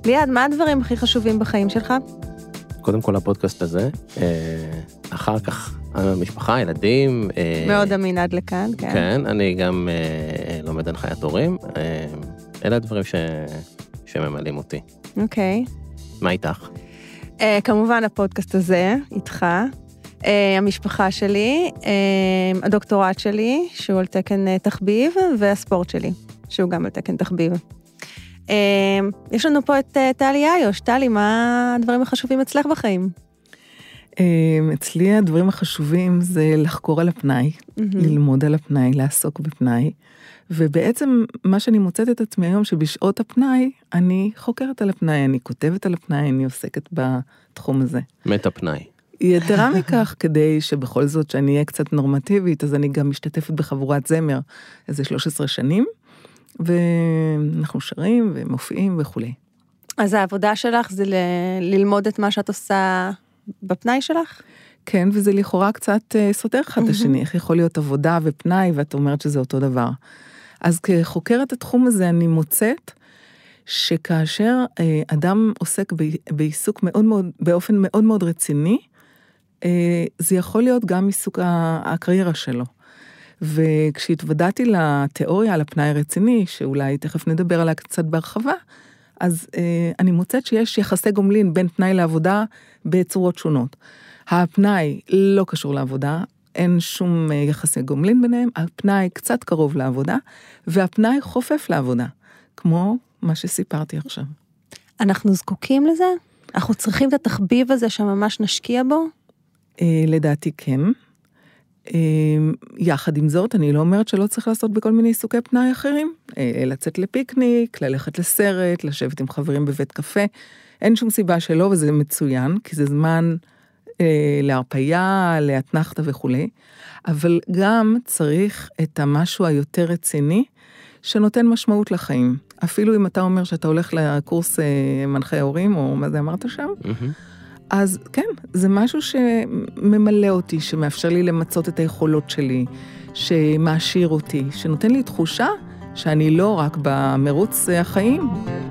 ליעד, מה הדברים הכי חשובים בחיים שלך? קודם כל הפודקאסט הזה, אחר כך המשפחה, ילדים. מאוד אמין עד לכאן, כן. כן, אני גם לומד הנחיית הורים. אלה הדברים שממלאים אותי. אוקיי. מה איתך? כמובן הפודקאסט הזה, איתך. המשפחה שלי, הדוקטורט שלי, שהוא על תקן תחביב, והספורט שלי, שהוא גם על תקן תחביב. יש לנו פה את טלי איוש. טלי, מה הדברים החשובים אצלך בחיים? אצלי הדברים החשובים זה לחקור על הפנאי, ללמוד על הפנאי, לעסוק בפנאי, ובעצם מה שאני מוצאת את עצמי היום, שבשעות הפנאי, אני חוקרת על הפנאי, אני כותבת על הפנאי, אני עוסקת בתחום הזה. מטה פנאי. יתרה מכך, כדי שבכל זאת שאני אהיה קצת נורמטיבית, אז אני גם משתתפת בחבורת זמר איזה 13 שנים, ואנחנו שרים ומופיעים וכו'. אז העבודה שלך זה ללמוד את מה שאת עושה בפנאי שלך? כן, וזה לכאורה קצת סותר אחד השני, איך יכול להיות עבודה ופנאי, ואת אומרת שזה אותו דבר. אז כחוקרת התחום הזה אני מוצאת, שכאשר אדם עוסק בעיסוק מאוד מאוד, באופן מאוד מאוד רציני, זה יכול להיות גם עיסוק הקריירה שלו. וכשהתוודעתי לתיאוריה על הפנאי הרציני, שאולי תכף נדבר עליה קצת בהרחבה, אז אני מוצאת שיש יחסי גומלין בין פנאי לעבודה בצורות שונות. הפנאי לא קשור לעבודה, אין שום יחסי גומלין ביניהם, הפנאי קצת קרוב לעבודה, והפנאי חופף לעבודה, כמו מה שסיפרתי עכשיו. אנחנו זקוקים לזה? אנחנו צריכים את התחביב הזה שממש נשקיע בו? לדעתי כן. יחד עם זאת, אני לא אומרת שלא צריך לעשות בכל מיני עיסוקי פנאי אחרים, לצאת לפיקניק, ללכת לסרט, לשבת עם חברים בבית קפה, אין שום סיבה שלא, וזה מצוין, כי זה זמן להרפיה, להתנחתה וכו', אבל גם צריך את המשהו היותר רציני, שנותן משמעות לחיים. אפילו אם אתה אומר שאתה הולך לקורס מנחי הורים, או מה זה אמרת שם, אז כן, זה משהו שממלא אותי, שמאפשר לי למצות את היכולות שלי, שמעשיר אותי, שנותן לי תחושה שאני לא רק במרוץ החיים.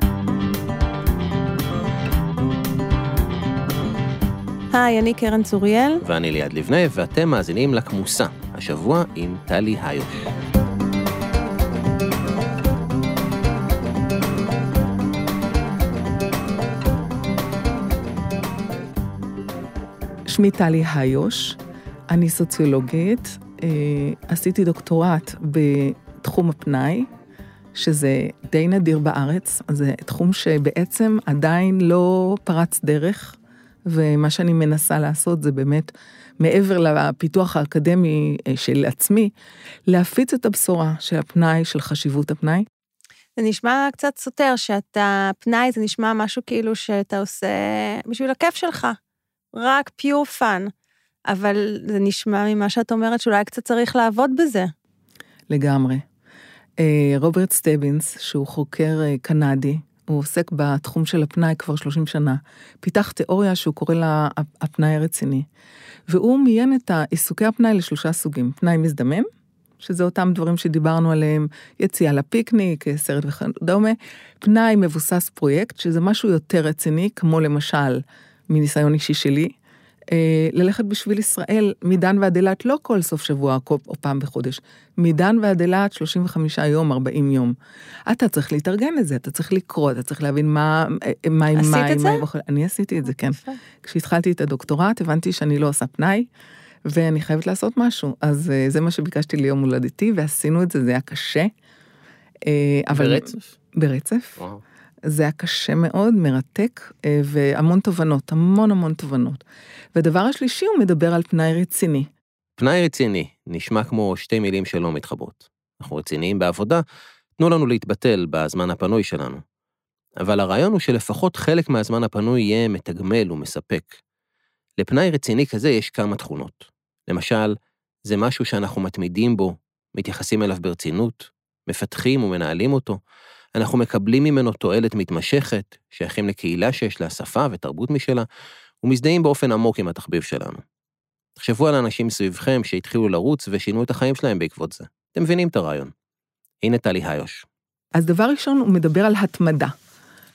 היי, אני קרן צוריאל. ואני ליעד לבנה, ואתם מאזינים לכמוסה, השבוע עם טלי איוש. שמי טלי איוש, אני סוציולוגית, עשיתי דוקטורט בתחום הפנאי, שזה די נדיר בארץ, זה תחום שבעצם עדיין לא פרץ דרך, ומה שאני מנסה לעשות זה באמת, מעבר לפיתוח האקדמי של עצמי, להפיץ את הבשורה של הפנאי, של חשיבות הפנאי. זה נשמע קצת סותר, שאתה פנאי, זה נשמע משהו כאילו שאתה עושה בשביל הכיף שלך. רק פיור פן, אבל זה נשמע ממה שאת אומרת שאולי קצת צריך לעבוד בזה. לגמרי. רוברט סטבינס, שהוא חוקר קנדי, הוא עוסק בתחום של הפנאי כבר 30 שנה, פיתח תיאוריה שהוא קורא לה הפנאי הרציני, והוא מיין את עיסוקי הפנאי לשלושה סוגים, פנאי מזדמן, שזה אותם דברים שדיברנו עליהם, יציאה לפיקניק, סרט וכדומה, פנאי מבוסס פרויקט, שזה משהו יותר רציני, כמו למשל, מניסיון אישי שלי, ללכת בשביל ישראל, מדן ועד אילת, לא כל סוף שבוע או פעם בחודש, מדן ועד אילת 35 יום, 40 יום. אתה צריך להתארגן לזה, אתה צריך לקרוא, אתה צריך להבין מה עשית את זה? אני עשיתי את זה, כן. כשהתחלתי את הדוקטורט, הבנתי שאני לא עושה פנאי, ואני חייבת לעשות משהו. אז זה מה שביקשתי ליום הולדתי, ועשינו את זה, זה היה קשה. ברצף? ברצף. וואו. זה היה קשה מאוד, מרתק, והמון תובנות, המון תובנות. והדבר השלישי הוא מדבר על פנאי רציני. פנאי רציני נשמע כמו שתי מילים שלא מתחברות. אנחנו רציניים בעבודה, תנו לנו להתבטל בזמן הפנוי שלנו. אבל הרעיון הוא שלפחות חלק מהזמן הפנוי יהיה מתגמל ומספק. לפנאי רציני כזה יש כמה תכונות. למשל, זה משהו שאנחנו מתמידים בו, מתייחסים אליו ברצינות, מפתחים ומנהלים אותו, אנחנו מקבלים ממנו תועלת מתמשכת, שייכים לקהילה שיש לה שפה ותרבות משלה, ומזדהים באופן עמוק עם התחביב שלנו. תחשבו על אנשים סביבכם שהתחילו לרוץ ושינו את החיים שלהם בעקבות זה. אתם מבינים את הרעיון. הנה טלי איוש. אז דבר ראשון הוא מדבר על התמדה.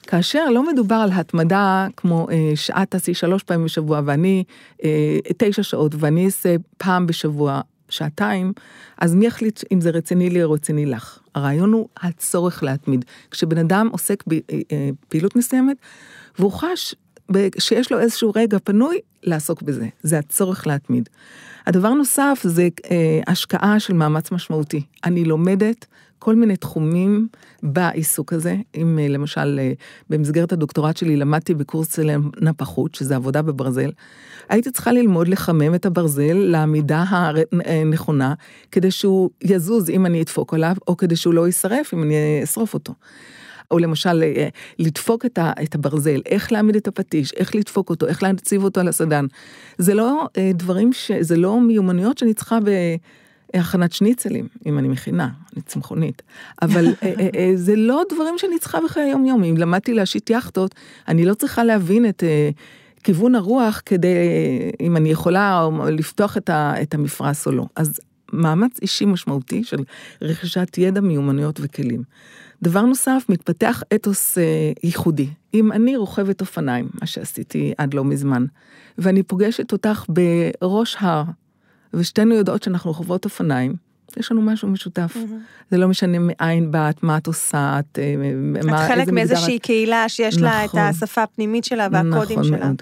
כאשר לא מדובר על התמדה כמו שעה תעשי 3 פעמים בשבוע, ואני 9 שעות, ואני אעשה פעם בשבוע 2 אז מי יחליט אם זה רציני לי או רציני לך? הרעיון הוא הצורך להתמיד. כשבן אדם עוסק בפעילות מסוימת, והוא חש שיש לו איזשהו רגע פנוי לעסוק בזה. זה הצורך להתמיד. הדבר נוסף זה השקעה של מאמץ משמעותי. אני לומדת כל מיני תחומים בעיסוק הזה. אם למשל במסגרת הדוקטורט שלי למדתי בקורס נפחות, שזה עבודה בברזל, הייתי צריכה ללמוד לחמם את הברזל לעמידה הנכונה, כדי שהוא יזוז אם אני אדפוק עליו, או כדי שהוא לא יישרף אם אני אשרוף אותו. או למשל, לדפוק את הברזל, איך להעמיד את הפטיש, איך לדפוק אותו, איך להציב אותו על הסדן. זה לא דברים זה לא מיומנויות שאני צריכה בהכנת שניצלים, אם אני מכינה, אני צמחונית. אבל זה לא דברים שאני צריכה בחיי היום-יום. אם למדתי להשיט יחטות, אני לא צריכה להבין את כיוון הרוח, כדי, אם אני יכולה לפתוח את המפרס או לא. אז מאמץ אישי משמעותי של רכישת ידע, מיומנויות וכלים. דבר נוסף, מתפתח אתוס ייחודי. אם אני רוכבת אופניים, מה שעשיתי עד לא מזמן, ואני פוגשת אותך בראש הר, ושתינו יודעות שאנחנו רוכבות אופניים, יש לנו משהו משותף. זה לא משנה מאין באת, מה את עושה, את חלק מאיזושהי קהילה שיש לה את השפה הפנימית שלה והקודים שלה. נכון מאוד.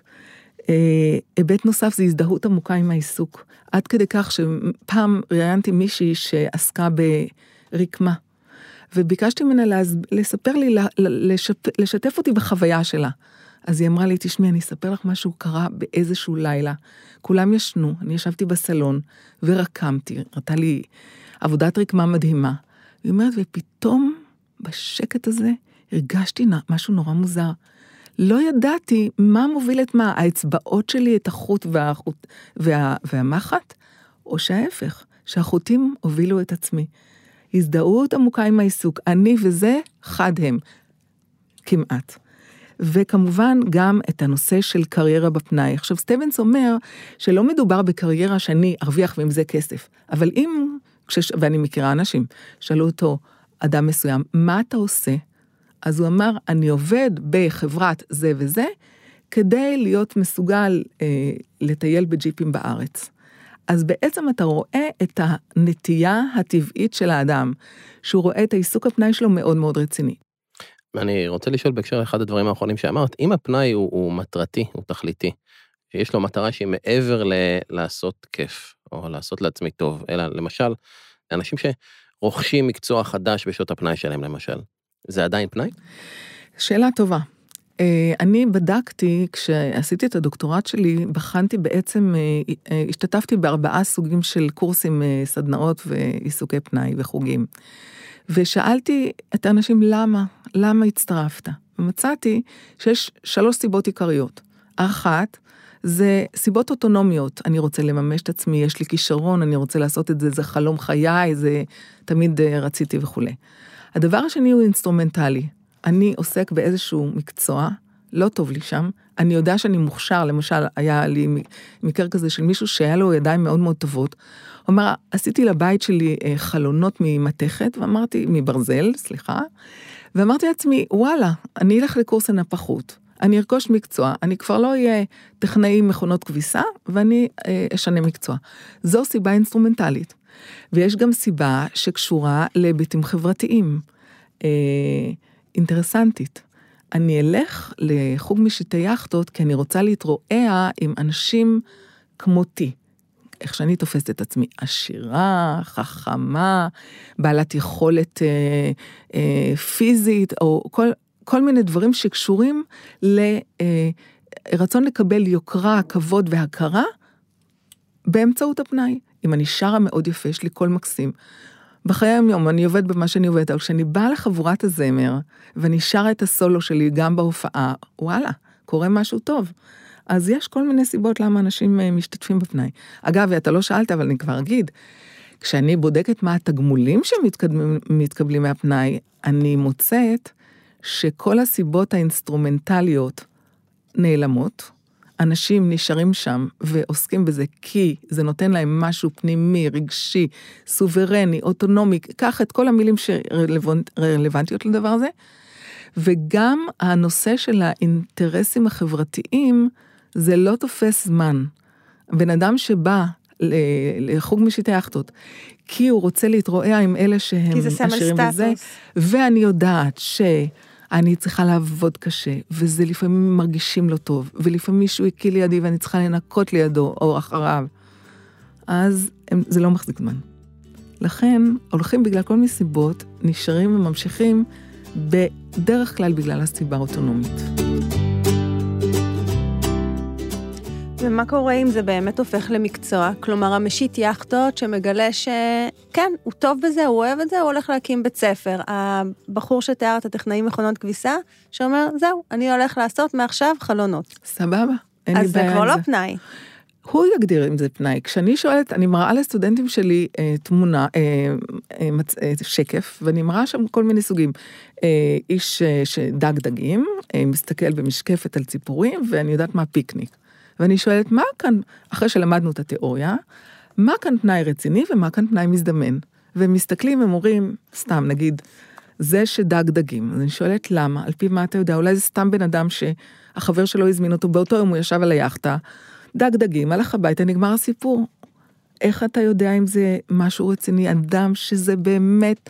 היבט נוסף זה הזדהות עמוקה עם העיסוק. עד כדי כך שפעם ראיינתי מישהי שעסקה ברקמה, וביקשתי ממנה לספר לי, לשתף אותי בחוויה שלה. אז היא אמרה לי, תשמעי, אני אספר לך משהו קרה באיזשהו לילה. כולם ישנו, אני ישבתי בסלון ורקמתי, ראתה לי עבודת רקמה מדהימה. היא אומרת, ופתאום בשקט הזה הרגשתי משהו נורא מוזר. לא ידעתי מה מוביל את מה, האצבעות שלי, את החוט והמחט, או שההפך, שהחוטים הובילו את עצמי. הזדהות עמוקה עם העיסוק, אני וזה חד הם, כמעט. וכמובן גם את הנושא של קריירה בפנאי. עכשיו סטיבנס אומר שלא מדובר בקריירה שאני ארוויח ועם זה כסף, אבל אם, ואני מכירה אנשים, שאלו אותו אדם מסוים, מה אתה עושה? אז הוא אמר, אני עובד בחברת זה וזה, כדי להיות מסוגל לטייל בג'יפים בארץ. אז בעצם אתה רואה את הנטייה הטבעית של האדם, שהוא רואה את העיסוק הפנאי שלו מאוד מאוד רציני. אני רוצה לשאול בהקשר אחד הדברים האחרונים שאמרת, אם הפנאי הוא מטרתי, הוא תכליתי, שיש לו מטרה שהיא מעבר לעשות כיף, או לעשות לעצמי טוב, אלא למשל, אנשים שרוכשים מקצוע חדש בשעות הפנאי שלהם למשל, זה עדיין פנאי? שאלה טובה. אני בדקתי, כשעשיתי את הדוקטורט שלי, בחנתי בעצם, השתתפתי ב4 סוגים של קורסים, סדנאות ועיסוקי פנאי וחוגים. ושאלתי את האנשים למה הצטרפת? ומצאתי שיש 3 סיבות עיקריות. האחת, זה סיבות אוטונומיות, אני רוצה לממש את עצמי, יש לי כישרון, אני רוצה לעשות את זה, זה חלום חיי, זה תמיד רציתי וכו'. הדבר השני הוא אינסטרומנטלי, אני עוסק באיזשהו מקצוע, לא טוב לי שם, אני יודע שאני מוכשר, למשל היה לי מקר כזה של מישהו שהיה לו ידיים מאוד מאוד טובות, הוא אמר, עשיתי לבית שלי חלונות ממתכת, ואמרתי, מברזל, סליחה, ואמרתי לעצמי, וואלה, אני אלך לקורס הנפחות, אני ארכוש מקצוע, אני כבר לא אהיה טכנאי מכונות כביסה, ואני אשנה מקצוע. זו סיבה אינסטרומנטלית. ויש גם סיבה שקשורה להיבטים חברתיים, אינטרסנטית. אני אלך לחוג משיטי יחטות, כי אני רוצה להתרועע עם אנשים כמותי. איך שאני תופסת את עצמי, עשירה, חכמה, בעלת יכולת פיזית, או כל מיני דברים שקשורים לרצון לקבל יוקרה, כבוד והכרה, באמצעות הפנאי. אם אני שרה מאוד יפה, יש לי קול מקסים. בחיי היום אני עובד במה שאני עובדת, אבל כשאני באה לחבורת הזמר, ואני שרה את הסולו שלי גם בהופעה, וואלה, קורה משהו טוב. אז יש כל מיני סיבות למה אנשים משתתפים בפנאי. אגב, אתה לא שאלת, אבל אני כבר אגיד, כשאני בודקת מה התגמולים שמתקבלים מהפנאי, אני מוצאת שכל הסיבות האינסטרומנטליות נעלמות, אנשים נשארים שם ועוסקים בזה כי זה נותן להם משהו פנימי, רגשי, סוברני, אוטונומי, קח את כל המילים שרלוונטיות לדבר הזה, וגם הנושא של האינטרסים החברתיים, זה לא תופס זמן. בן אדם שבא לחוג משיטי יאכטות, כי הוא רוצה להתרועע עם אלה שהם עשירים בזה, ואני יודעת שאני צריכה לעבוד קשה, וזה לפעמים מרגישים לא טוב, ולפעמים מישהו הקיל לידי ואני צריכה לנקות לידו או אחריו, אז זה לא מחזיק זמן. לכן הולכים בגלל כל מיני סיבות, נשארים וממשיכים בדרך כלל בגלל הסיבה האוטונומית. ומה קורה אם זה באמת הופך למקצוע? כלומר, המשיט יאכטות שמגלה שכן, הוא טוב בזה, הוא אוהב את זה, הוא הולך להקים בית ספר. הבחור שתיאר את הטכנאים מכונות כביסה, שאומר, זהו, אני הולך לעשות מעכשיו חלונות. סבבה, אין לי בעיה עם זה. אז זה כבר לא פנאי. הוא יגדיר אם זה פנאי. כשאני שואלת, אני מראה לסטודנטים שלי תמונה, שקף, ואני מראה שם כל מיני סוגים. איש שדג דגים, מסתכל במשקפת על ציפורים, ואני יודעת מה פיקניק. ואני שואלת, מה כאן, אחרי שלמדנו את התיאוריה, מה כאן פנאי רציני ומה כאן פנאי מזדמן? והם מסתכלים, הם אומרים, סתם, נגיד, זה שדג דגים. אז אני שואלת, למה? על פי מה אתה יודע? אולי זה סתם בן אדם שהחבר שלו הזמין אותו, באותו יום הוא ישב על היאכטה, דג דגים, הלך הביתה, נגמר הסיפור. איך אתה יודע אם זה משהו רציני? אדם שזה באמת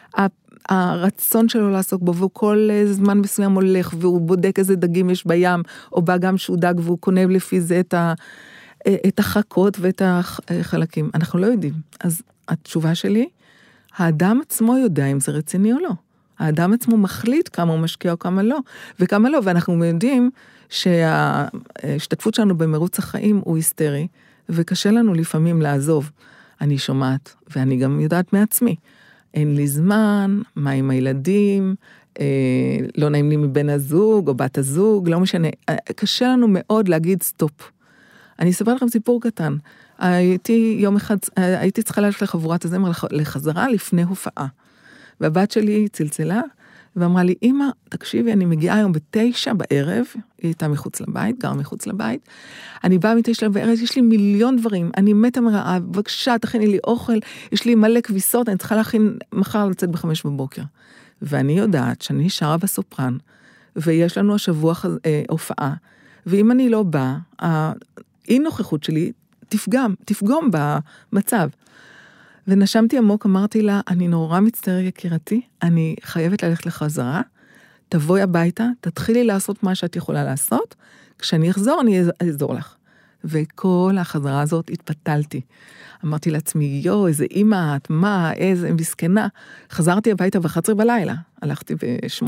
הרצון שלו לעסוק בו, והוא כל זמן מסוים הולך, והוא בודק איזה דגים יש בים, או באגם שהוא דג, והוא קונה לפי זה את החכות ואת החלקים. אנחנו לא יודעים. אז התשובה שלי, האדם עצמו יודע אם זה רציני או לא. האדם עצמו מחליט כמה הוא משקיע או כמה לא, וכמה לא, ואנחנו יודעים שההשתתפות שלנו במרוץ החיים הוא היסטרי, וקשה לנו לפעמים לעזוב. אני שומעת, ואני גם יודעת מעצמי, אין לי זמן, מה עם הילדים, לא נעים לי מבן הזוג או בת הזוג, לא משנה, קשה לנו מאוד להגיד סטופ. אני אספר לכם סיפור קטן, יום אחד, הייתי צריכה ללכת לחבורת הזמר לחזרה לפני הופעה, והבת שלי צלצלה, ואמרה לי, אמא, תקשיבי, אני מגיעה היום 9 בערב, היא הייתה מחוץ לבית, גרה מחוץ לבית, אני באה 9 בערב, יש לי מיליון דברים, אני מתה מרעב, בבקשה, תכיני לי אוכל, יש לי מלא כביסות, אני צריכה להכין מחר לצאת ב5 בבוקר. ואני יודעת שאני שרה בסופרן, ויש לנו השבוע הופעה, ואם אני לא באה, האי נוכחות שלי תפגום במצב. ונשמתי עמוק, אמרתי לה, אני נורא מצטער יקירתי, אני חייבת ללכת לחזרה, תבואי הביתה, תתחילי לעשות מה שאת יכולה לעשות, כשאני אחזור אני אעזור לך. וכל החזרה הזאת התפתלתי. אמרתי לעצמי, איזה אמא את, מה, איזה מסכנה. חזרתי הביתה ב11 בלילה, הלכתי ב8.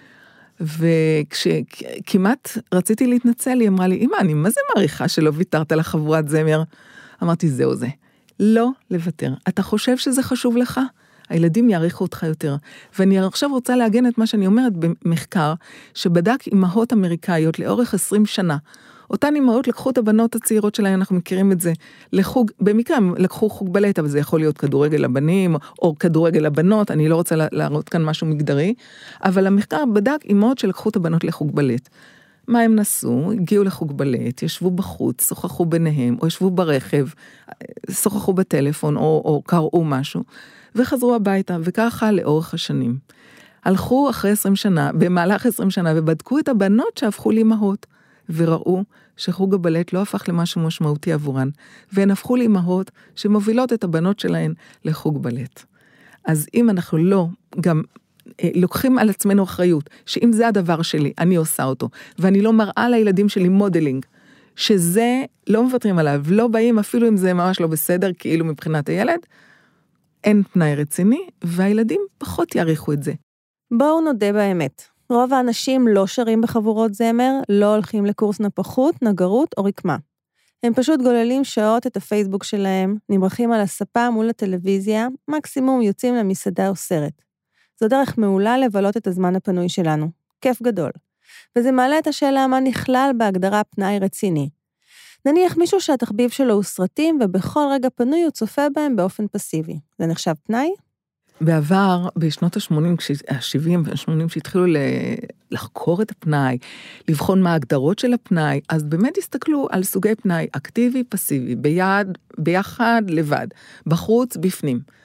וכשכמעט רציתי להתנצל, היא אמרה לי, אמא, אני מה זה מעריכה שלא ויתרת על החבורת זמר? אמרתי, זהו זה. לא לוותר. אתה חושב שזה חשוב לך? הילדים יעריכו אותך יותר. ואני עכשיו רוצה להגן את מה שאני אומרת במחקר, שבדק אמהות אמריקאיות לאורך 20 שנה. אותן אמהות לקחו את הבנות הצעירות שלהן, אנחנו מכירים את זה, לחוג, במקרה הם לקחו חוג בלט, אבל זה יכול להיות כדורגל לבנים, או כדורגל לבנות, אני לא רוצה להראות כאן משהו מגדרי, אבל המחקר בדק אמהות שלקחו את הבנות לחוג בלט. מה הם נסו? הגיעו לחוג בלט, ישבו בחוץ, שוחחו ביניהם, או ישבו ברכב, שוחחו בטלפון, או קראו משהו, וחזרו הביתה, וככה לאורך השנים. הלכו אחרי 20 שנה, במהלך 20 שנה, ובדקו את הבנות שהפכו לאמהות, וראו שחוג הבלט לא הפך למשהו משמעותי עבורן, והן הפכו לאמהות שמובילות את הבנות שלהן לחוג בלט. אז אם אנחנו לא גם לוקחים על עצמנו אחריות, שאם זה הדבר שלי, אני עושה אותו, ואני לא מראה לילדים שלי מודלינג, שזה לא מוותרים עליו, לא באים אפילו אם זה ממש לא בסדר, כאילו מבחינת הילד, אין פנאי רציני, והילדים פחות יעריכו את זה. בואו נודה באמת. רוב האנשים לא שרים בחבורות זמר, לא הולכים לקורס נפחות, נגרות או רקמה. הם פשוט גוללים שעות את הפייסבוק שלהם, נמרחים על הספה מול הטלוויזיה, מקסימום יוצאים למסעדה או סרט. זו דרך מעולה לבלות את הזמן הפנוי שלנו. כיף גדול. וזה מעלה את השאלה מה נכלל בהגדרה פנאי רציני. נניח מישהו שהתחביב שלו הוא סרטים, ובכל רגע פנוי הוא צופה בהם באופן פסיבי. זה נחשב פנאי? בעבר, בשנות ה-80, ה-70 וה-80, שהתחילו לחקור את הפנאי, לבחון מה ההגדרות של הפנאי, אז באמת הסתכלו על סוגי פנאי, אקטיבי, פסיבי, ביחד, לבד, בחוץ, בפנים.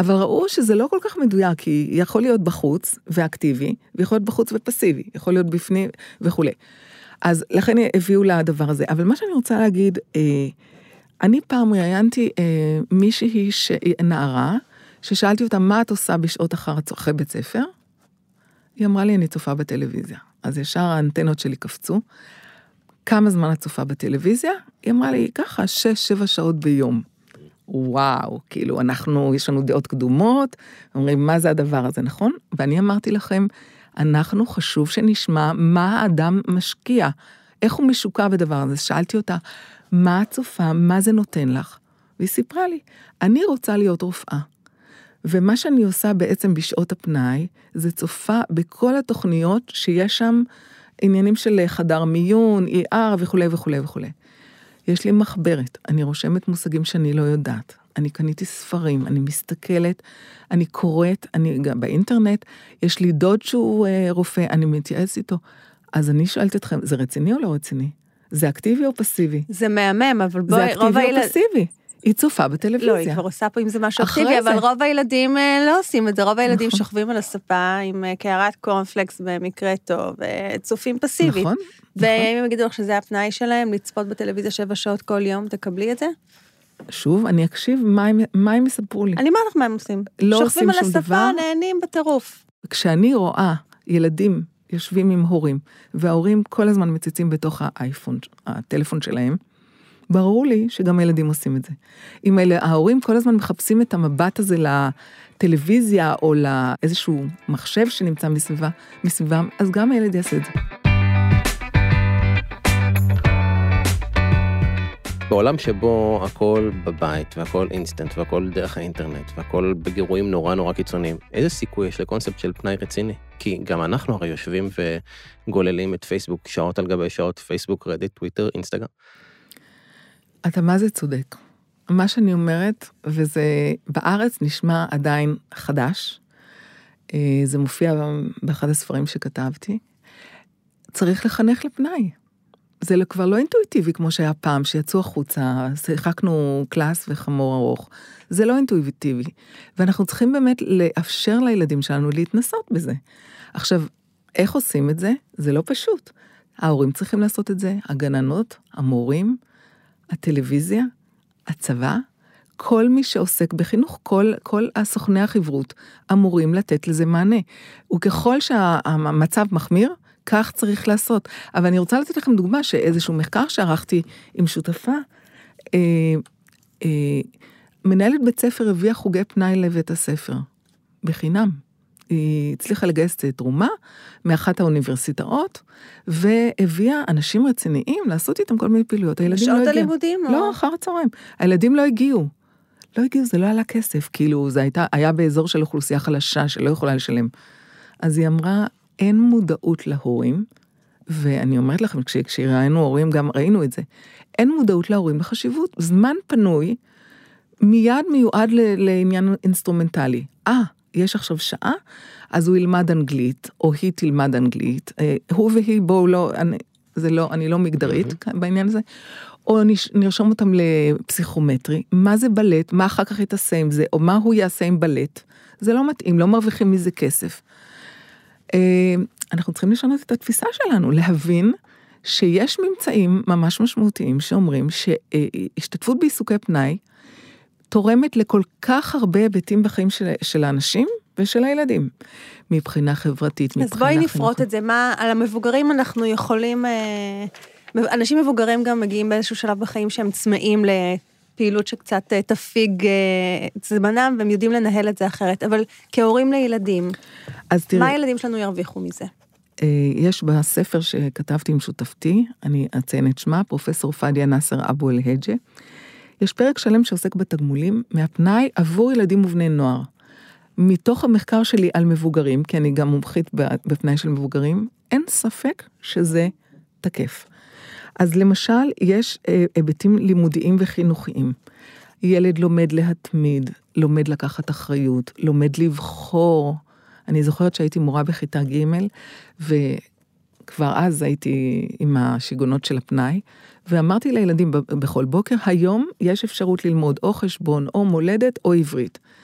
אבל ראו שזה לא כל כך מדויק, כי יכול להיות בחוץ ואקטיבי, ויכול להיות בחוץ ופסיבי, יכול להיות בפנים וכו'. אז לכן הביאו לדבר הזה. אבל מה שאני רוצה להגיד, אני פעם ראיינתי מישהי נערה, ששאלתי אותה, מה את עושה בשעות אחרי בית ספר? היא אמרה לי, אני צופה בטלוויזיה. אז ישר האנטנות שלי קפצו. כמה זמן את צופה בטלוויזיה? היא אמרה לי, ככה, 6-7 שעות ביום. וואו, כאילו, יש לנו דעות קדומות, אומרים, מה זה הדבר הזה, נכון? ואני אמרתי לכם, אנחנו חשוב שנשמע מה האדם משקיע, איך הוא משוקע בדבר הזה. שאלתי אותה, מה הצופה, מה זה נותן לך? והיא סיפרה לי, אני רוצה להיות רופאה. ומה שאני עושה בעצם בשעות הפנאי, זה צופה בכל התוכניות שיש שם עניינים של חדר מיון, ER וכו' וכו' וכו'. יש לי מחברת, אני רושמת מושגים שאני לא יודעת. אני קניתי ספרים, אני מסתכלת, אני קוראת, אני גם באינטרנט, יש לי דוד שהוא רופא, אני מתייעץ איתו. אז אני שואלת אתכם, זה רציני או לא רציני? זה אקטיבי או פסיבי? זה מהמם, אבל בואי, זה אקטיבי או פסיבי? היא צופה בטלוויזיה. לא, היא כבר עושה פה אם זה משהו אקטיבי, אבל רוב הילדים לא עושים את זה, רוב הילדים שוכבים על הספה עם קערת קורנפלקס במקרה טוב, צופים פסיבית. נכון. ואם הם יגידו לך שזה הפנאי שלהם, לצפות בטלוויזיה 7 שעות כל יום, תקבלי את זה? שוב, אני אקשיב מה הם יספרו לי. אני אומרת לך מה הם עושים. לא עושים שום דבר. שוכבים על הספה, נהנים בטירוף. כשאני רואה ילדים יושבים עם הורים, וההורים כל הזמן מציצים בתוך האייפון, הטלפון שלהם, ברור לי שגם הילדים עושים את זה. אם ההורים כל הזמן מחפשים את המבט הזה לטלוויזיה, או לאיזשהו מחשב שנמצא מסביבם, אז גם הילד יעשה את זה. בעולם שבו הכל בבית, והכל אינסטנט, והכל דרך האינטרנט, והכל בגירויים נורא נורא קיצוניים, איזה סיכוי יש לקונספט של פנאי רציני? כי גם אנחנו הרי יושבים וגוללים את פייסבוק שעות על גבי שעות, פייסבוק, רדיט, טוויטר, אינסטגרם. אתה מה זה צודק? מה שאני אומרת, וזה בארץ נשמע עדיין חדש, זה מופיע באחד הספרים שכתבתי, צריך לחנך לפנאי. זה כבר לא אינטואיטיבי כמו שהיה פעם, שיצאו החוצה, שיחקנו קלאס וחמור ארוך. זה לא אינטואיטיבי. ואנחנו צריכים באמת לאפשר לילדים שלנו להתנסות בזה. עכשיו, איך עושים את זה? זה לא פשוט. ההורים צריכים לעשות את זה, הגננות, המורים, הטלוויזיה, הצבא, כל מי שעוסק בחינוך, כל הסוכני החברות אמורים לתת לזה מענה. וככל שהמצב מחמיר, כך צריך לעשות. אבל אני רוצה לתת לכם דוגמה שאיזשהו מחקר שערכתי עם שותפה, מנהלת בית ספר הביאה חוגי פנאי לבית הספר, בחינם. היא הצליחה לגייס תרומה מאחת האוניברסיטאות, והביאה אנשים רציניים לעשות איתם כל מיני פעילויות. הילדים לא הגיעו. בשעות הלימודים? לא, אחר הצהריים. הילדים לא הגיעו. לא הגיעו, זה לא עלה כסף. כאילו, זה היה באזור של אוכלוסייה חלשה שלא יכולה לשלם. אז היא אמרה, אין מודעות להורים, ואני אומרת לכם, כשראינו הורים גם ראינו את זה, אין מודעות להורים בחשיבות. זמן פנוי, מיד מיועד לעניין אינסטרומנטלי. יש עכשיו שעה, אז הוא ילמד אנגלית, או היא תלמד אנגלית, הוא והיא בואו לא, אני לא מגדרית בעניין הזה, או נרשום אותם לפסיכומטרי, מה זה בלט, מה אחר כך יתעשה עם זה, או מה הוא יעשה עם בלט, זה לא מתאים, לא מרוויחים מזה כסף. אנחנו צריכים לשנות את התפיסה שלנו, להבין שיש ממצאים ממש משמעותיים שאומרים שהשתתפות בעיסוקי פנאי תורמת לכל כך הרבה היבטים בחיים של האנשים ושל הילדים, מבחינה חברתית, מבחינה חינוכית. אז בואי נפרוט את זה, מה על המבוגרים אנחנו יכולים, אנשים מבוגרים גם מגיעים באיזשהו שלב בחיים שהם צמאים לפעילות שקצת תפיג את זמנם, והם יודעים לנהל את זה אחרת, אבל כהורים לילדים, מה הילדים שלנו ירוויחו מזה? יש בספר שכתבתי עם שותפתי, אני אציין את שמה, פרופסור פדיה נאסר אבו אל-הג'ה, יש פרק שלם שעוסק בתגמולים מהפנאי עבור ילדים ובני נוער. מתוך המחקר שלי על מבוגרים, כי אני גם מומחית בפנאי של מבוגרים, אין ספק שזה תקף. אז למשל, יש היבטים לימודיים וחינוכיים. ילד לומד להתמיד, לומד לקחת אחריות, לומד לבחור. אני זוכרת שהייתי מורה בכיתה ג' וכבר אז הייתי עם השיגונות של הפנאי, ואמרתי לילדים בכל בוקר, היום יש אפשרות ללמוד או חשבון, או מולדת, או עברית.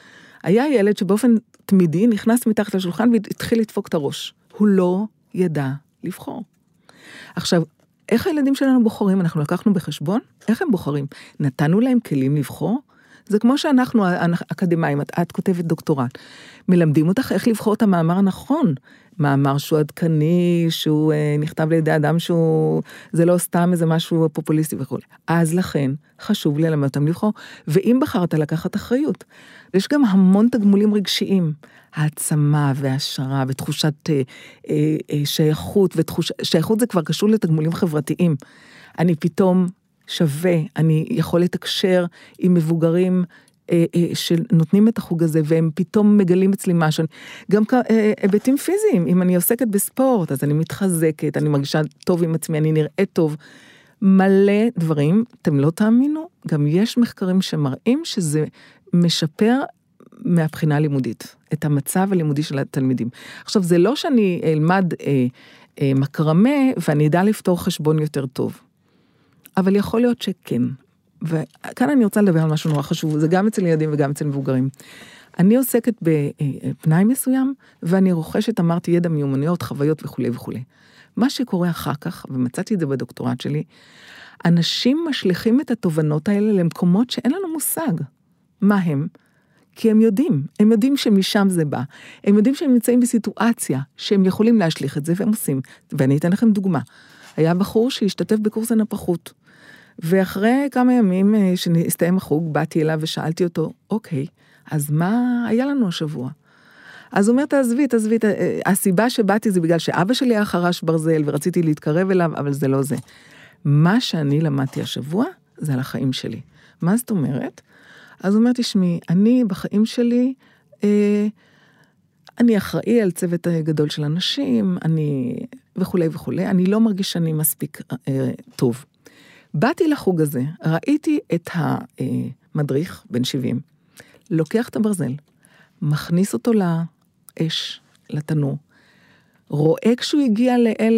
היה ילד שבאופן תמידי נכנס מתחת לשולחן והתחיל לדפוק את הראש. הוא לא ידע לבחור. עכשיו, איך הילדים שלנו בוחרים? אנחנו לקחנו בחשבון? איך הם בוחרים? נתנו להם כלים לבחור? זה כמו שאנחנו, האקדמיים, את כותבת דוקטורט, מלמדים אותך איך לבחור את המאמר הנכון, מאמר שהוא עדכני, שהוא נכתב לידי אדם שהוא, זה לא סתם איזה משהו פופוליסטי וכו'. אז לכן חשוב ללמד אותם לבחור, ואם בחרת לקחת אחריות, יש גם המון תגמולים רגשיים, העצמה והשערה ותחושת שייכות, שייכות זה כבר קשור לתגמולים חברתיים. אני פתאום שווה, אני יכול לתקשר עם מבוגרים שנותנים את החוג הזה, והם פתאום מגלים אצלי משהו. גם היבטים פיזיים, אם אני עוסקת בספורט, אז אני מתחזקת, אני מרגישה טוב עם עצמי, אני נראית טוב. מלא דברים, אתם לא תאמינו, גם יש מחקרים שמראים שזה משפר מהבחינה הלימודית, את המצב הלימודי של התלמידים. עכשיו, זה לא שאני אלמד מקרמה, ואני אדע לפתור חשבון יותר טוב. אבל יכול להיות שכן. וכאן אני רוצה לדבר על משהו נורא חשוב, זה גם אצל ילדים וגם אצל מבוגרים. אני עוסקת בפנאי מסוים, ואני רוכשת, אמרתי, ידע מיומנויות, חוויות וכו' וכו'. מה שקורה אחר כך, ומצאתי את זה בדוקטורט שלי, אנשים משליכים את התובנות האלה למקומות שאין לנו מושג. מה הם? כי הם יודעים שמשם זה בא. הם יודעים שהם נמצאים בסיטואציה, שהם יכולים להשליך את זה, והם עושים. ואני אתן לכם דוגמה. היה בחור שהשתתף בקורס הנפחות, ואחרי כמה ימים שהסתיים החוג, באתי אליו ושאלתי אותו, אוקיי, אז מה היה לנו השבוע? אז הוא אומר, תעזבי, הסיבה שבאתי זה בגלל שאבא שלי היה חרש ברזל, ורציתי להתקרב אליו, אבל זה לא זה. מה שאני למדתי השבוע, זה על החיים שלי. מה זאת אומרת? אז הוא אומר, תשמעי, אני בחיים שלי, אני אחראי על צוות גדול של אנשים, וכו' וכו', אני לא מרגיש שאני מספיק טוב. באתי לחוג הזה, ראיתי את המדריך, בן 70, לוקח את הברזל, מכניס אותו לאש, לתנור, רואה כשהוא הגיע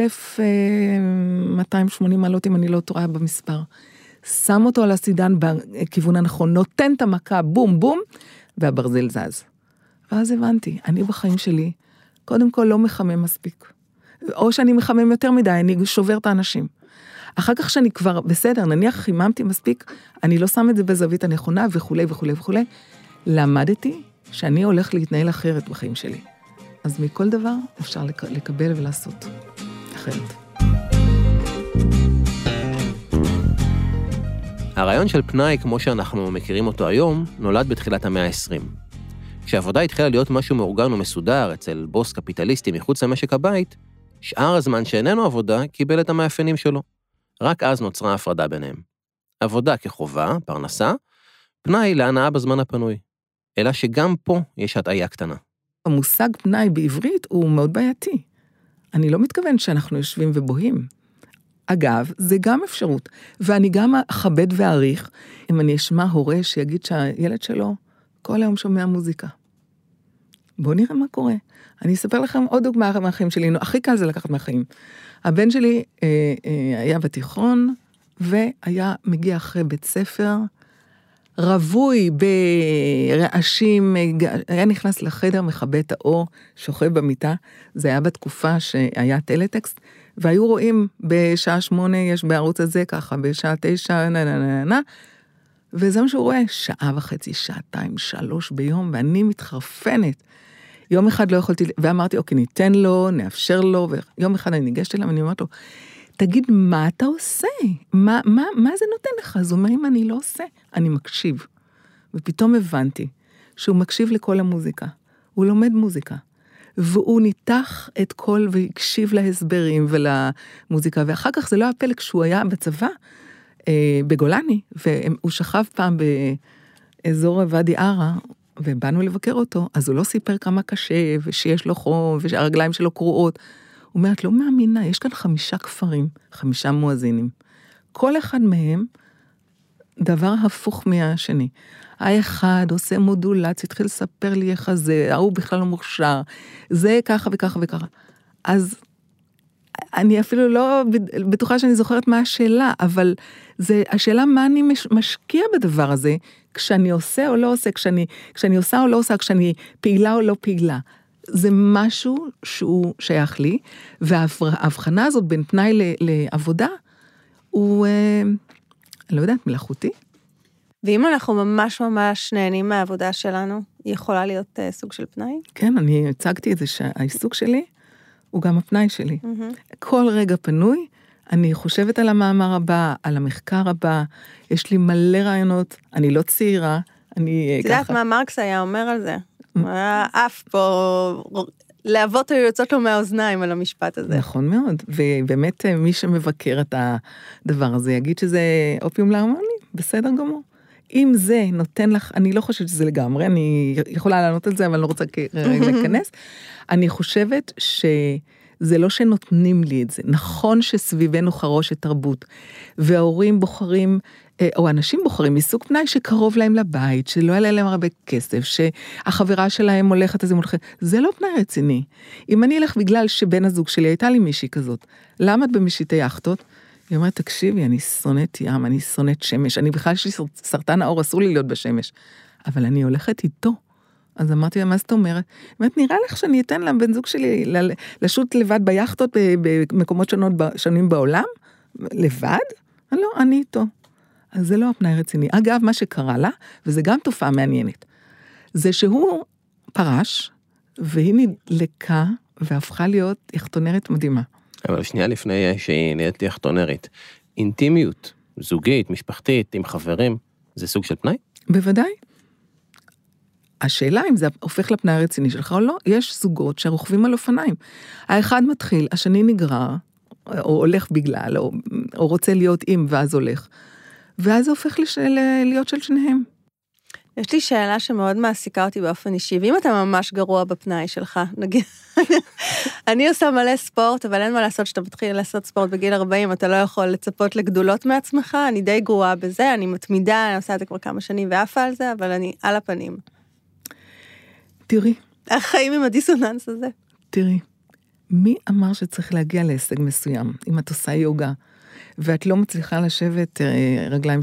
ל-1280 מעלות, אם אני לא טועה במספר, שם אותו על הסידן בכיוון הנכון, נותן את המכה, בום בום, והברזל זז. ואז הבנתי, אני בחיים שלי, קודם כל לא מחמם מספיק. או שאני מחמם יותר מדי, אני שובר את האנשים. אחר כך שאני כבר בסדר, נניח חיממתי מספיק, אני לא שם את זה בזווית הנכונה וכו' וכו' וכו'. למדתי שאני הולך להתנהל אחרת בחיים שלי. אז מכל דבר אפשר לקבל ולעשות אחרת. הרעיון של פנאי, כמו שאנחנו מכירים אותו היום, נולד בתחילת המאה ה-20. כשהעבודה התחילה להיות משהו מאורגן ומסודר אצל בוס קפיטליסטי מחוץ למשק הבית, שאר הזמן שאיננו עבודה קיבל את המאפיינים שלו. רק אז נוצרה הפרדה ביניהם. עבודה כחובה, פרנסה, פנאי להנאה בזמן הפנוי. אלא שגם פה יש הטעיה קטנה. המושג פנאי בעברית הוא מאוד בעייתי. אני לא מתכוון שאנחנו יושבים ובוהים. אגב, זה גם אפשרות. ואני גם אכבד ועריך, אם אני אשמע הורה שיגיד שהילד שלו כל היום שומע מוזיקה. בואו נראה מה קורה. אני אספר לכם עוד דוגמה מהחיים שלי. הכי קל זה לקחת מהחיים. הבן שלי היה בתיכון, והיה מגיע אחרי בית ספר, רווי ברעשים, היה נכנס לחדר, מכבה את האור, שוכב במיטה, זה היה בתקופה שהיה טלטקסט, והיו רואים בשעה 8, יש בערוץ הזה ככה, בשעה 9, וזה מה שהוא רואה, שעה וחצי, שעתיים, 3 ביום, ואני מתחרפנת. יום אחד לא יכולתי, ואמרתי, אוקיי, ניתן לו, נאפשר לו, ויום אחד אני ניגשת אליו, ואני אומרת לו, תגיד, מה אתה עושה? מה זה נותן לך? אז הוא אומר, אם אני לא עושה, אני מקשיב. ופתאום הבנתי שהוא מקשיב לכל המוזיקה. הוא לומד מוזיקה. והוא ניתח את כל, והקשיב להסברים ולמוזיקה. ואחר כך זה לא הפלא, כשהוא היה בצבא, בגולני, והוא שכב פעם באזור ואדי ערה, ובאנו לבקר אותו, אז הוא לא סיפר כמה קשה, ושיש לו חום, והרגליים שלו קרועות. הוא אומרת, לא מאמינה, יש כאן 5 כפרים, 5 מואזינים. כל אחד מהם, דבר הפוך מהשני. האחד עושה מודולציה, התחיל לספר לי איך זה, הוא בכלל לא מוכשר, זה ככה וככה וככה. אז אני אפילו לא בטוחה שאני זוכרת מה השאלה, אבל זה השאלה מה אני משקיע בדבר הזה, כשאני עושה או לא עושה, כשאני עושה או לא עושה, כשאני פעילה או לא פעילה. זה משהו שהוא שייך לי, וההבחנה הזאת בין פנאי לעבודה, הוא, אני לא יודעת, מלאכותי. ואם אנחנו ממש ממש נהנים מהעבודה שלנו, היא יכולה להיות סוג של פנאי? כן, אני הצגתי את זה שהעיסוק שלי, הוא גם הפנאי שלי. כל רגע פנוי, אני חושבת על המאמר הבא, על המחקר הבא, יש לי מלא רעיונות, אני לא צעירה, אני ככה. את יודעת מה מרקס היה אומר על זה? הוא היה אף פה, להבות היו יוצאות לו מהאוזניים על המשפט הזה. נכון מאוד, ובאמת מי שמבקר את הדבר הזה, יגיד שזה אופיום להרמוני, בסדר גמור. אם זה נותן לך, אני לא חושבת שזה לגמרי, אני יכולה לענות על זה, אבל אני לא רוצה להיכנס. אני חושבת שזה לא שנותנים לי את זה. נכון שסביבנו חרושת תרבות, וההורים בוחרים, או אנשים בוחרים מסוג פנאי שקרוב להם לבית, שלא יעלה להם הרבה כסף, שהחברה שלהם הולכת, אז הם הולכים. זה לא פנאי רציני. אם אני אלך בגלל שבן הזוג שלי הייתה לי מישהי כזאת, למה את במשית היחטות? היא אומרת, תקשיבי, אני שונאת ים, אני שונאת שמש, אני בכלל יש לי סרטן העור, אסור לי להיות בשמש, אבל אני הולכת איתו. אז אמרתי לה, מה זאת אומרת? היא אומרת, נראה לך שאני אתן לבן זוג שלי לשוט לבד ביחטות במקומות שונים בעולם? לבד? לא, אני איתו. אז זה לא הפנאי רציני. אגב, מה שקרה לה, וזה גם תופעה מעניינת, זה שהוא פרש, והיא נדלקה והפכה להיות יחטונרת מדהימה. אבל שנייה לפני שהיא נהיית יחטונרית, אינטימיות, זוגית, משפחתית, עם חברים, זה סוג של פנאי? בוודאי. השאלה אם זה הופך לפנאי הרציני שלך או לא, יש זוגות שרוכבים על אופניים. האחד מתחיל, השני נגרר, או הולך בגלל, או רוצה להיות עם ואז הולך, ואז זה הופך להיות של שניהם. יש לי שאלה שמאוד מעסיקה אותי באופן אישי, ואם אתה ממש גרוע בפנאי שלך, נגיד, אני עושה מלא ספורט, אבל אין מה לעשות שאתה מתחיל לעשות ספורט בגיל 40, אתה לא יכול לצפות לגדולות מעצמך, אני די גרועה בזה, אני מתמידה, אני עושה את זה כבר כמה שנים ואפה על זה, אבל אני על הפנים. תראי. החיים עם הדיסוננס הזה. תראי, מי אמר שצריך להגיע להישג מסוים, אם את עושה יוגה, ואת לא מצליחה לשבת רגליים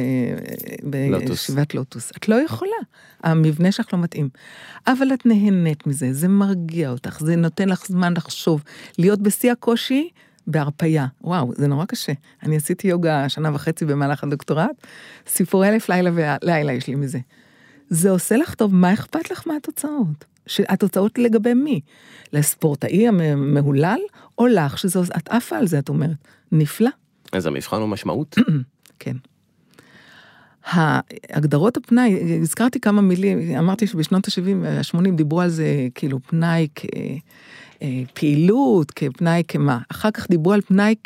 בישיבת לוטוס. את לא יכולה. המבנה שלך לא מתאים. אבל את נהנית מזה, זה מרגיע אותך, זה נותן לך זמן לחשוב, להיות בשיא הקושי בהרפאיה. וואו, זה נורא קשה. אני עשיתי יוגה 1.5 שנה במהלך הדוקטורט, סיפורי 1000 לילה ולילה יש לי מזה. זה עושה לך טוב, מה אכפת לך מהתוצאות? התוצאות לגבי מי? לספורטאי המהולל, או לך, את עפה על זה, את אומרת, נפלא. אז המבחן הוא משמעות? כן. הגדרות הפנאי, הזכרתי כמה מילים, אמרתי שבשנות ה-70-80 דיברו על זה כאילו פנאי כפעילות, כפנאי כמה. אחר כך דיברו על פנאי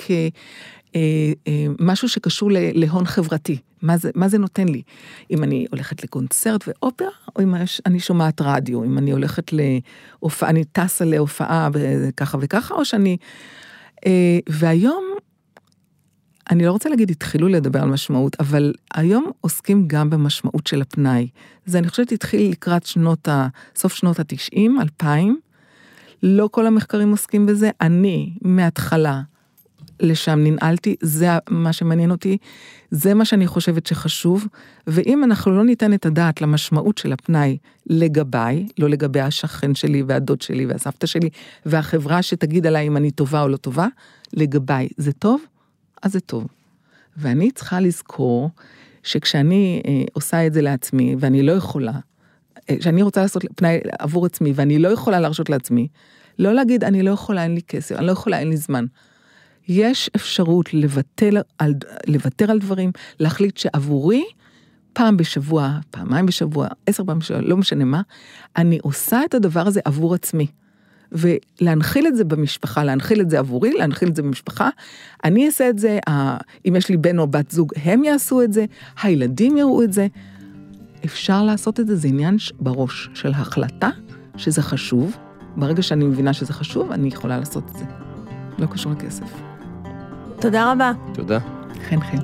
כמשהו שקשור להון חברתי. מה זה נותן לי? אם אני הולכת לקונצרט ואופרה, או אם אני שומעת רדיו, אם אני הולכת להופעה, אני טסה להופעה וככה וככה, או שאני... והיום, אני לא רוצה להגיד, התחילו לדבר על משמעות, אבל היום עוסקים גם במשמעות של הפנאי. זה אני חושבת התחיל לקראת סוף שנות ה-90, 2000, לא כל המחקרים עוסקים בזה, אני מההתחלה לשם ננעלתי, זה מה שמעניין אותי, זה מה שאני חושבת שחשוב, ואם אנחנו לא ניתן את הדעת למשמעות של הפנאי לגביי, לא לגבי השכן שלי והדוד שלי והסבתא שלי, והחברה שתגיד עליי אם אני טובה או לא טובה, לגביי זה טוב, אז זה טוב. ואני צריכה לזכור שכשאני עושה את זה לעצמי, ואני לא יכולה, שאני רוצה לעשות פנאי עבור עצמי, ואני לא יכולה להרשות לעצמי, לא להגיד אני לא יכולה, אין לי כסף, אני לא יכולה, אין לי זמן. יש אפשרות לוותר על דברים, להחליט שעבורי, פעם בשבוע, פעמיים בשבוע, 10 פעמים בשבוע, לא משנה מה, אני עושה את הדבר הזה עבור עצמי. ולהנחיל את זה במשפחה, להנחיל את זה עבורי, להנחיל את זה במשפחה. אני אעשה את זה, אם יש לי בן או בת זוג, הם יעשו את זה, הילדים יראו את זה. אפשר לעשות את זה, זה עניין בראש של החלטה, שזה חשוב. ברגע שאני מבינה שזה חשוב, אני יכולה לעשות את זה. לא קשור לכסף. תודה רבה. תודה. חן חן.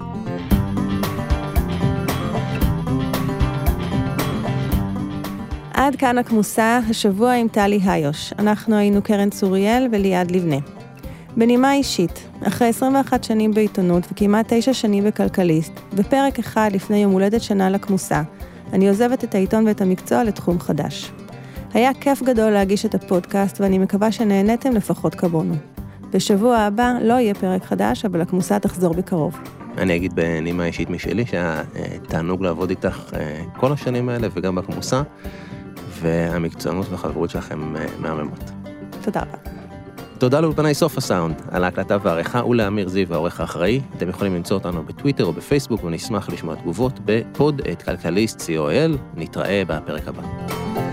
עד כאן הכמוסה, השבוע עם טלי היוש. אנחנו היינו קרן צוריאל וליעד לבנה. בנימה אישית, אחרי 21 שנים בעיתונות וכמעט 9 שנים בכלכליסט, בפרק אחד לפני יום הולדת שנה לכמוסה, אני עוזבת את העיתון ואת המקצוע לתחום חדש. היה כיף גדול להגיש את הפודקאסט, ואני מקווה שנהניתם לפחות כמונו. בשבוע הבא לא יהיה פרק חדש, אבל הכמוסה תחזור בקרוב. אני אגיד בנימה אישית משלי, שהיה תענוג לעבוד איתך כל השנים האלה, וגם בכמוסה, והמקצוענות והחברות שלכם מהממות. תודה רבה. תודה לאולפני סוף הסאונד, על ההקלטה והעריכה ולאמיר זיו העורך האחראי. אתם יכולים למצוא אותנו בטוויטר או בפייסבוק, ונשמח לשמוע תגובות בפוד@כלכליסט.co.il. נתראה בפרק הבא.